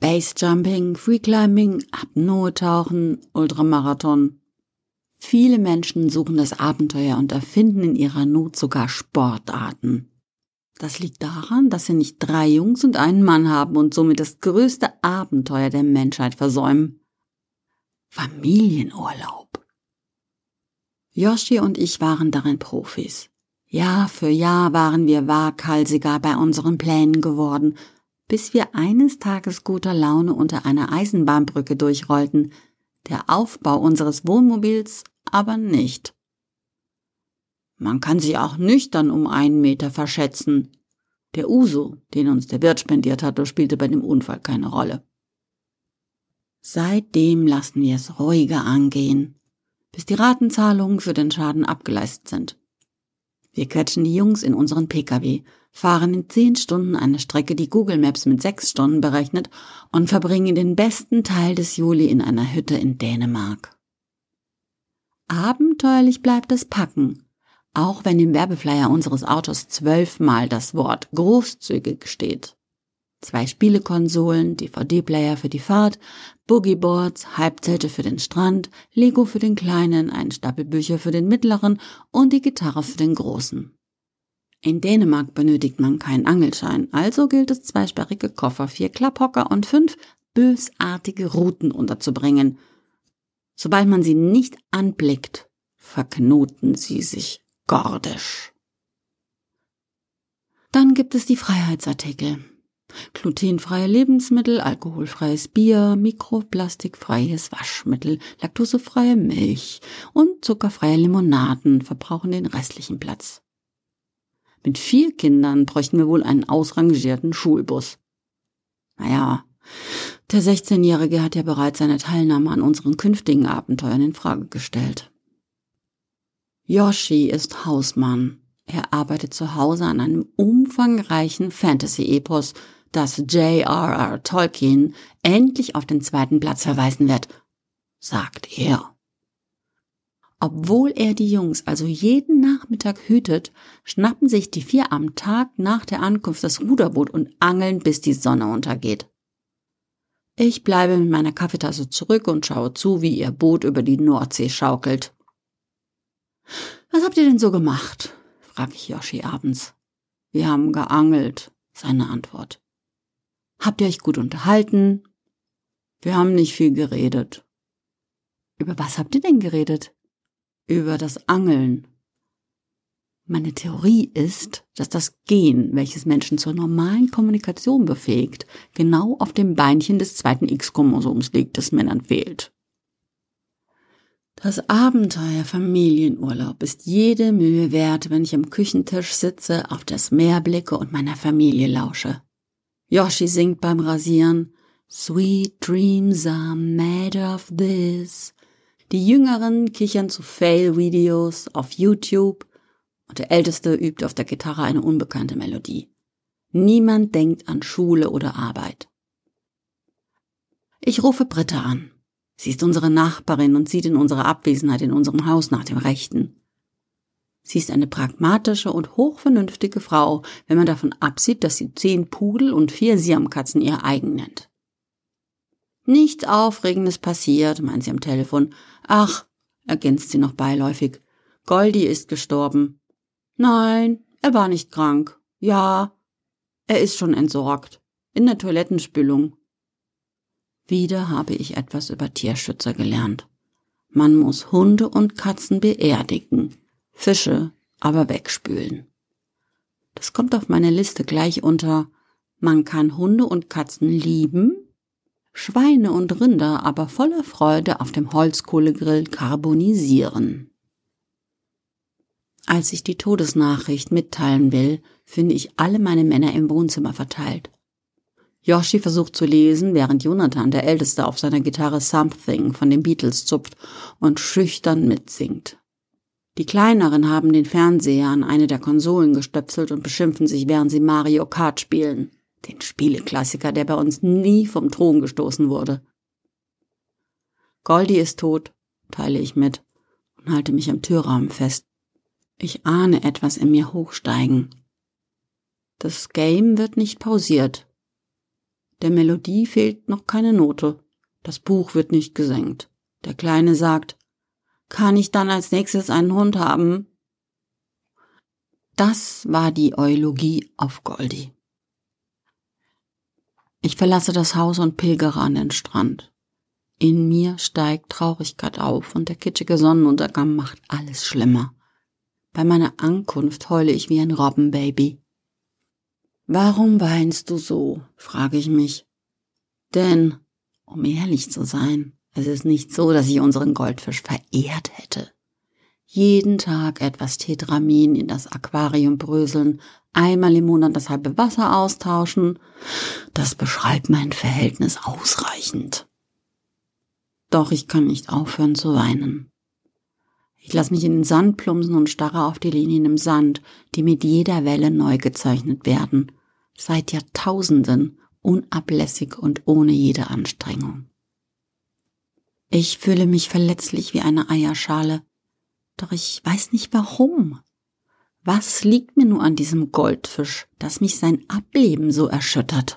Basejumping, Freeclimbing, Apnoe-Tauchen, Ultramarathon. Viele Menschen suchen das Abenteuer und erfinden in ihrer Not sogar Sportarten. Das liegt daran, dass sie nicht 3 Jungs und einen Mann haben und somit das größte Abenteuer der Menschheit versäumen. Familienurlaub. Yoshi und ich waren darin Profis. Jahr für Jahr waren wir waghalsiger bei unseren Plänen geworden, bis wir eines Tages guter Laune unter einer Eisenbahnbrücke durchrollten, der Aufbau unseres Wohnmobils aber nicht. Man kann sich auch nüchtern um 1 Meter verschätzen. Der Uso, den uns der Wirt spendiert hatte, spielte bei dem Unfall keine Rolle. Seitdem lassen wir es ruhiger angehen, bis die Ratenzahlungen für den Schaden abgeleistet sind. Wir quetschen die Jungs in unseren Pkw, fahren in 10 Stunden eine Strecke, die Google Maps mit 6 Stunden berechnet, und verbringen den besten Teil des Juli in einer Hütte in Dänemark. Abenteuerlich bleibt das Packen, auch wenn im Werbeflyer unseres Autos 12-mal das Wort großzügig steht. 2 Spielekonsolen, DVD-Player für die Fahrt, Boogieboards, Halbzelte für den Strand, Lego für den Kleinen, ein Stapel Bücher für den Mittleren und die Gitarre für den Großen. In Dänemark benötigt man keinen Angelschein, also gilt es, 2-sperrige Koffer, 4 Klapphocker und 5 bösartige Ruten unterzubringen. Sobald man sie nicht anblickt, verknoten sie sich gordisch. Dann gibt es die Freiheitsartikel. Glutenfreie Lebensmittel, alkoholfreies Bier, mikroplastikfreies Waschmittel, laktosefreie Milch und zuckerfreie Limonaden verbrauchen den restlichen Platz. Mit 4 Kindern bräuchten wir wohl einen ausrangierten Schulbus. Naja, der 16-Jährige hat ja bereits seine Teilnahme an unseren künftigen Abenteuern in Frage gestellt. Yoshi ist Hausmann. Er arbeitet zu Hause an einem umfangreichen Fantasy-Epos, das J.R.R. Tolkien endlich auf den 2. Platz verweisen wird, sagt er. Obwohl er die Jungs also jeden Nachmittag hütet, schnappen sich die 4 am Tag nach der Ankunft das Ruderboot und angeln, bis die Sonne untergeht. Ich bleibe mit meiner Kaffeetasse zurück und schaue zu, wie ihr Boot über die Nordsee schaukelt. »Was habt ihr denn so gemacht?« frage ich Yoshi abends. »Wir haben geangelt«, seine Antwort. »Habt ihr euch gut unterhalten?« »Wir haben nicht viel geredet.« »Über was habt ihr denn geredet?« »Über das Angeln.« Meine Theorie ist, dass das Gen, welches Menschen zur normalen Kommunikation befähigt, genau auf dem Beinchen des 2. X-Chromosoms liegt, das Männern fehlt. Das Abenteuer Familienurlaub ist jede Mühe wert, wenn ich am Küchentisch sitze, auf das Meer blicke und meiner Familie lausche. Yoshi singt beim Rasieren »Sweet dreams are made of this«. Die Jüngeren kichern zu Fail-Videos auf YouTube und der Älteste übt auf der Gitarre eine unbekannte Melodie. Niemand denkt an Schule oder Arbeit. Ich rufe Britta an. Sie ist unsere Nachbarin und sieht in unserer Abwesenheit in unserem Haus nach dem Rechten. Sie ist eine pragmatische und hochvernünftige Frau, wenn man davon absieht, dass sie 10 Pudel und 4 Siamkatzen ihr eigen nennt. Nichts Aufregendes passiert, meint sie am Telefon. Ach, ergänzt sie noch beiläufig, Goldi ist gestorben. Nein, er war nicht krank. Ja, er ist schon entsorgt. In der Toilettenspülung. Wieder habe ich etwas über Tierschützer gelernt. Man muss Hunde und Katzen beerdigen, Fische aber wegspülen. Das kommt auf meine Liste gleich unter: Man kann Hunde und Katzen lieben, Schweine und Rinder aber voller Freude auf dem Holzkohlegrill karbonisieren. Als ich die Todesnachricht mitteilen will, finde ich alle meine Männer im Wohnzimmer verteilt. Yoshi versucht zu lesen, während Jonathan, der Älteste, auf seiner Gitarre Something von den Beatles zupft und schüchtern mitsingt. Die Kleineren haben den Fernseher an eine der Konsolen gestöpselt und beschimpfen sich, während sie Mario Kart spielen, den Spieleklassiker, der bei uns nie vom Thron gestoßen wurde. Goldi ist tot, teile ich mit und halte mich am Türrahmen fest. Ich ahne etwas in mir hochsteigen. Das Game wird nicht pausiert. Der Melodie fehlt noch keine Note. Das Buch wird nicht gesenkt. Der Kleine sagt, kann ich dann als nächstes einen Hund haben? Das war die Eulogie auf Goldie. Ich verlasse das Haus und pilgere an den Strand. In mir steigt Traurigkeit auf und der kitschige Sonnenuntergang macht alles schlimmer. Bei meiner Ankunft heule ich wie ein Robbenbaby. Warum weinst du so? Frage ich mich. Denn, um ehrlich zu sein, es ist nicht so, dass ich unseren Goldfisch verehrt hätte. Jeden Tag etwas Tetramin in das Aquarium bröseln, einmal im Monat das halbe Wasser austauschen, das beschreibt mein Verhältnis ausreichend. Doch ich kann nicht aufhören zu weinen. Ich lasse mich in den Sand plumpsen und starre auf die Linien im Sand, die mit jeder Welle neu gezeichnet werden, seit Jahrtausenden, unablässig und ohne jede Anstrengung. Ich fühle mich verletzlich wie eine Eierschale, doch ich weiß nicht warum. Was liegt mir nur an diesem Goldfisch, dass mich sein Ableben so erschüttert?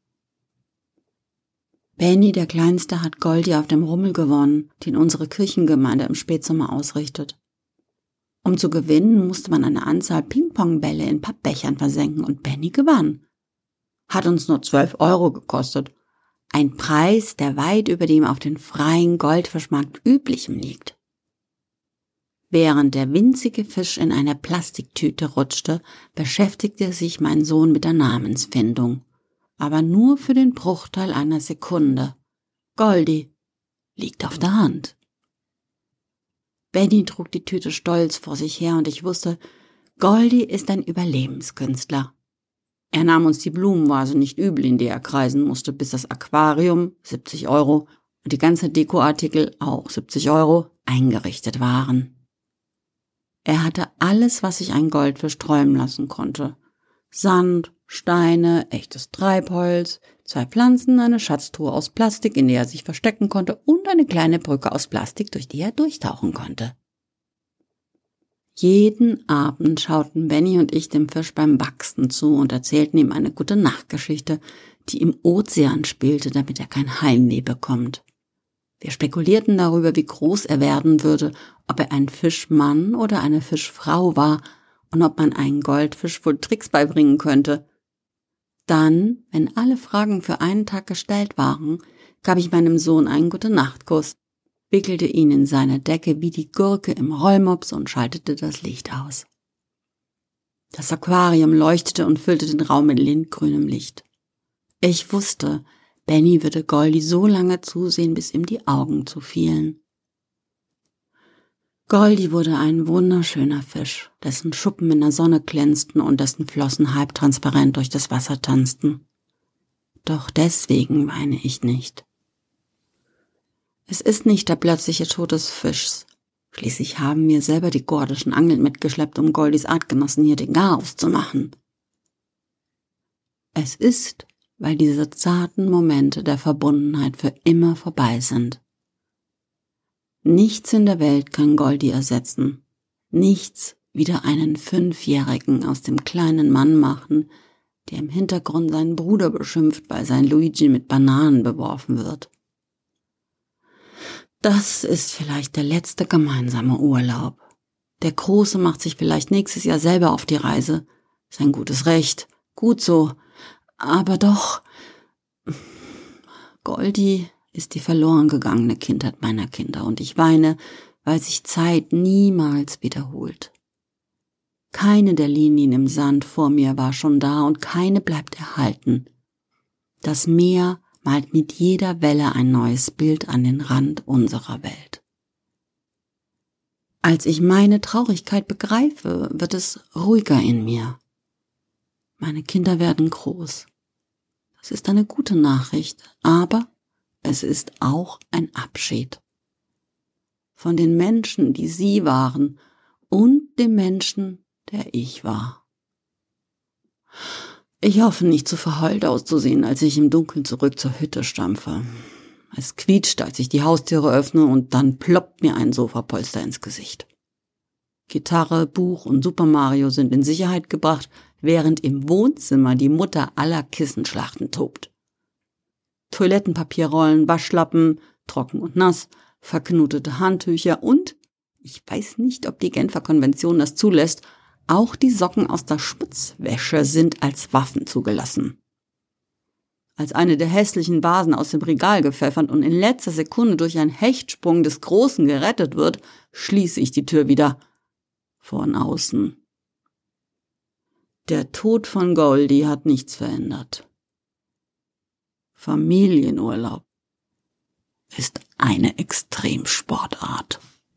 Benny, der Kleinste, hat Goldie auf dem Rummel gewonnen, den unsere Kirchengemeinde im Spätsommer ausrichtet. Um zu gewinnen, musste man eine Anzahl Ping-Pong-Bälle in Pappbechern versenken und Benny gewann. Hat uns nur 12 € gekostet. Ein Preis, der weit über dem auf den freien Goldfischmarkt üblichem liegt. Während der winzige Fisch in eine Plastiktüte rutschte, beschäftigte sich mein Sohn mit der Namensfindung. Aber nur für den Bruchteil einer Sekunde. Goldie liegt auf der Hand. Benny trug die Tüte stolz vor sich her und ich wusste, Goldie ist ein Überlebenskünstler. Er nahm uns die Blumenvase nicht übel, in die er kreisen musste, bis das Aquarium, 70 € und die ganze Dekoartikel, auch 70 € eingerichtet waren. Er hatte alles, was sich ein Goldfisch träumen lassen konnte. Sand, Steine, echtes Treibholz, 2 Pflanzen, eine Schatztruhe aus Plastik, in der er sich verstecken konnte und eine kleine Brücke aus Plastik, durch die er durchtauchen konnte. Jeden Abend schauten Benny und ich dem Fisch beim Wachsen zu und erzählten ihm eine Gute-Nacht-Geschichte, die im Ozean spielte, damit er kein Heimweh bekommt. Wir spekulierten darüber, wie groß er werden würde, ob er ein Fischmann oder eine Fischfrau war und ob man einen Goldfisch wohl Tricks beibringen könnte. Dann, wenn alle Fragen für einen Tag gestellt waren, gab ich meinem Sohn einen Gute-Nacht-Kuss, wickelte ihn in seine Decke wie die Gurke im Rollmops und schaltete das Licht aus. Das Aquarium leuchtete und füllte den Raum mit lindgrünem Licht. Ich wusste, Benny würde Goldie so lange zusehen, bis ihm die Augen zufielen. Goldie wurde ein wunderschöner Fisch, dessen Schuppen in der Sonne glänzten und dessen Flossen halbtransparent durch das Wasser tanzten. Doch deswegen weine ich nicht. Es ist nicht der plötzliche Tod des Fischs. Schließlich haben wir selber die gordischen Angeln mitgeschleppt, um Goldies Artgenossen hier den Garaus zu machen. Es ist, weil diese zarten Momente der Verbundenheit für immer vorbei sind. Nichts in der Welt kann Goldie ersetzen. Nichts wieder einen 5-Jährigen aus dem kleinen Mann machen, der im Hintergrund seinen Bruder beschimpft, weil sein Luigi mit Bananen beworfen wird. Das ist vielleicht der letzte gemeinsame Urlaub. Der Große macht sich vielleicht nächstes Jahr selber auf die Reise. Sein gutes Recht. Gut so. Aber doch, Goldie ist die verloren gegangene Kindheit meiner Kinder und ich weine, weil sich Zeit niemals wiederholt. Keine der Linien im Sand vor mir war schon da und keine bleibt erhalten. Das Meer malt mit jeder Welle ein neues Bild an den Rand unserer Welt. Als ich meine Traurigkeit begreife, wird es ruhiger in mir. Meine Kinder werden groß. Das ist eine gute Nachricht, aber es ist auch ein Abschied. Von den Menschen, die sie waren, und dem Menschen, der ich war. Ich hoffe nicht zu verheult auszusehen, als ich im Dunkeln zurück zur Hütte stampfe. Es quietscht, als ich die Haustüre öffne und dann ploppt mir ein Sofapolster ins Gesicht. Gitarre, Buch und Super Mario sind in Sicherheit gebracht, während im Wohnzimmer die Mutter aller Kissenschlachten tobt. Toilettenpapierrollen, Waschlappen, trocken und nass, verknotete Handtücher und, ich weiß nicht, ob die Genfer Konvention das zulässt, auch die Socken aus der Schmutzwäsche sind als Waffen zugelassen. Als eine der hässlichen Vasen aus dem Regal gepfeffert und in letzter Sekunde durch einen Hechtsprung des Großen gerettet wird, schließe ich die Tür wieder. Von außen. Der Tod von Goldie hat nichts verändert. Familienurlaub ist eine Extremsportart.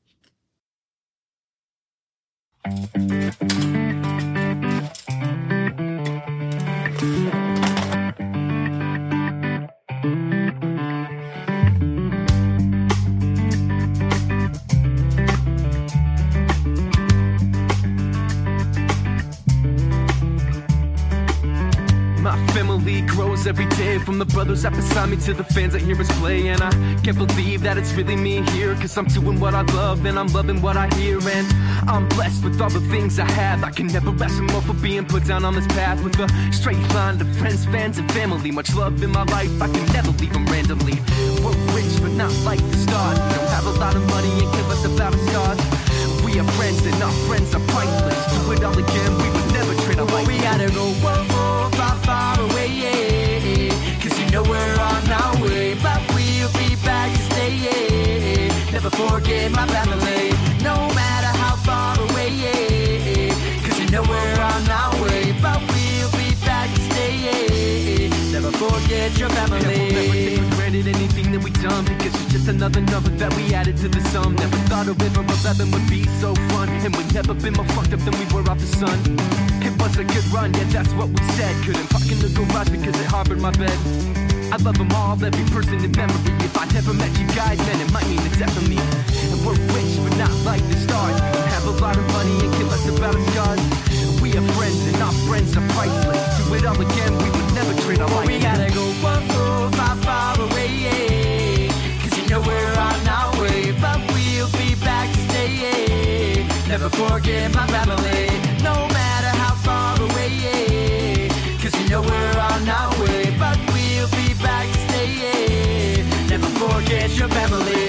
Family grows every day, from the brothers up beside me to the fans that hear us play. And I can't believe that it's really me here, cause I'm doing what I love and I'm loving what I hear. And I'm blessed with all the things I have. I can never ask more for being put down on this path, with a straight line to friends, fans and family. Much love in my life, I can never leave them randomly. We're rich but not like the stars. We don't have a lot of money and give us about a scars. We are friends and our friends are priceless. Do it all again, we would never trade our life. We gotta go far away, yeah. Cause you know we're on our way, but we'll be back to stay, yeah. Never forget my family, no matter how far away, yeah. Cause you know we're on our way, but we'll be back to stay, yeah. Never forget your family. And we'll never take for granted anything that we done, because it's just another number that we added to the sum. Never thought a river 11 would be so fun, and we'd never been more fucked up than we were off the sun. It was a good run, yeah, that's what we said. Couldn't fuck in the garage because it harbored my bed. I love them all, every person in memory. If I never met you guys, man, it might mean the death of me. And we're rich, but not like the stars. We don't have a lot of money and give us about our scars. We are friends, and our friends are priceless. Do it all again, we would never trade our life. We gotta go far away, yeah. Cause you know we're on our way, but we'll be back to stay, yeah. Never forget my family, no matter how far away, yeah. Cause you know we're on our way, but we'll be back to stay, yeah. Never forget your family.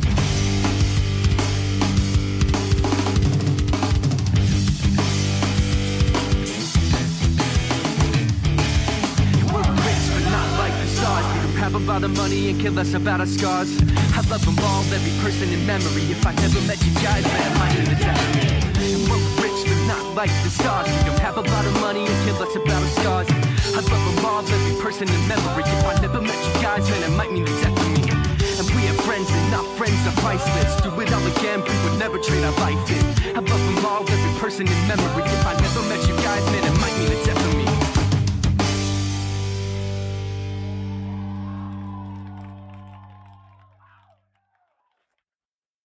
We're rich, but not like the stars. We don't have a lot of money and care less about our scars. I love them all, every person in memory. If I never met you guys, man, my name is Zachary. We're rich, but not like the stars. We don't have a lot of money and care less about our scars. I love them all, every person in memory. If I never met you guys, then it might mean the death of me. And we are friends, and our friends are priceless. Do it all again, we would never trade our life in. I love them all, every person in memory. If I never met you guys, man,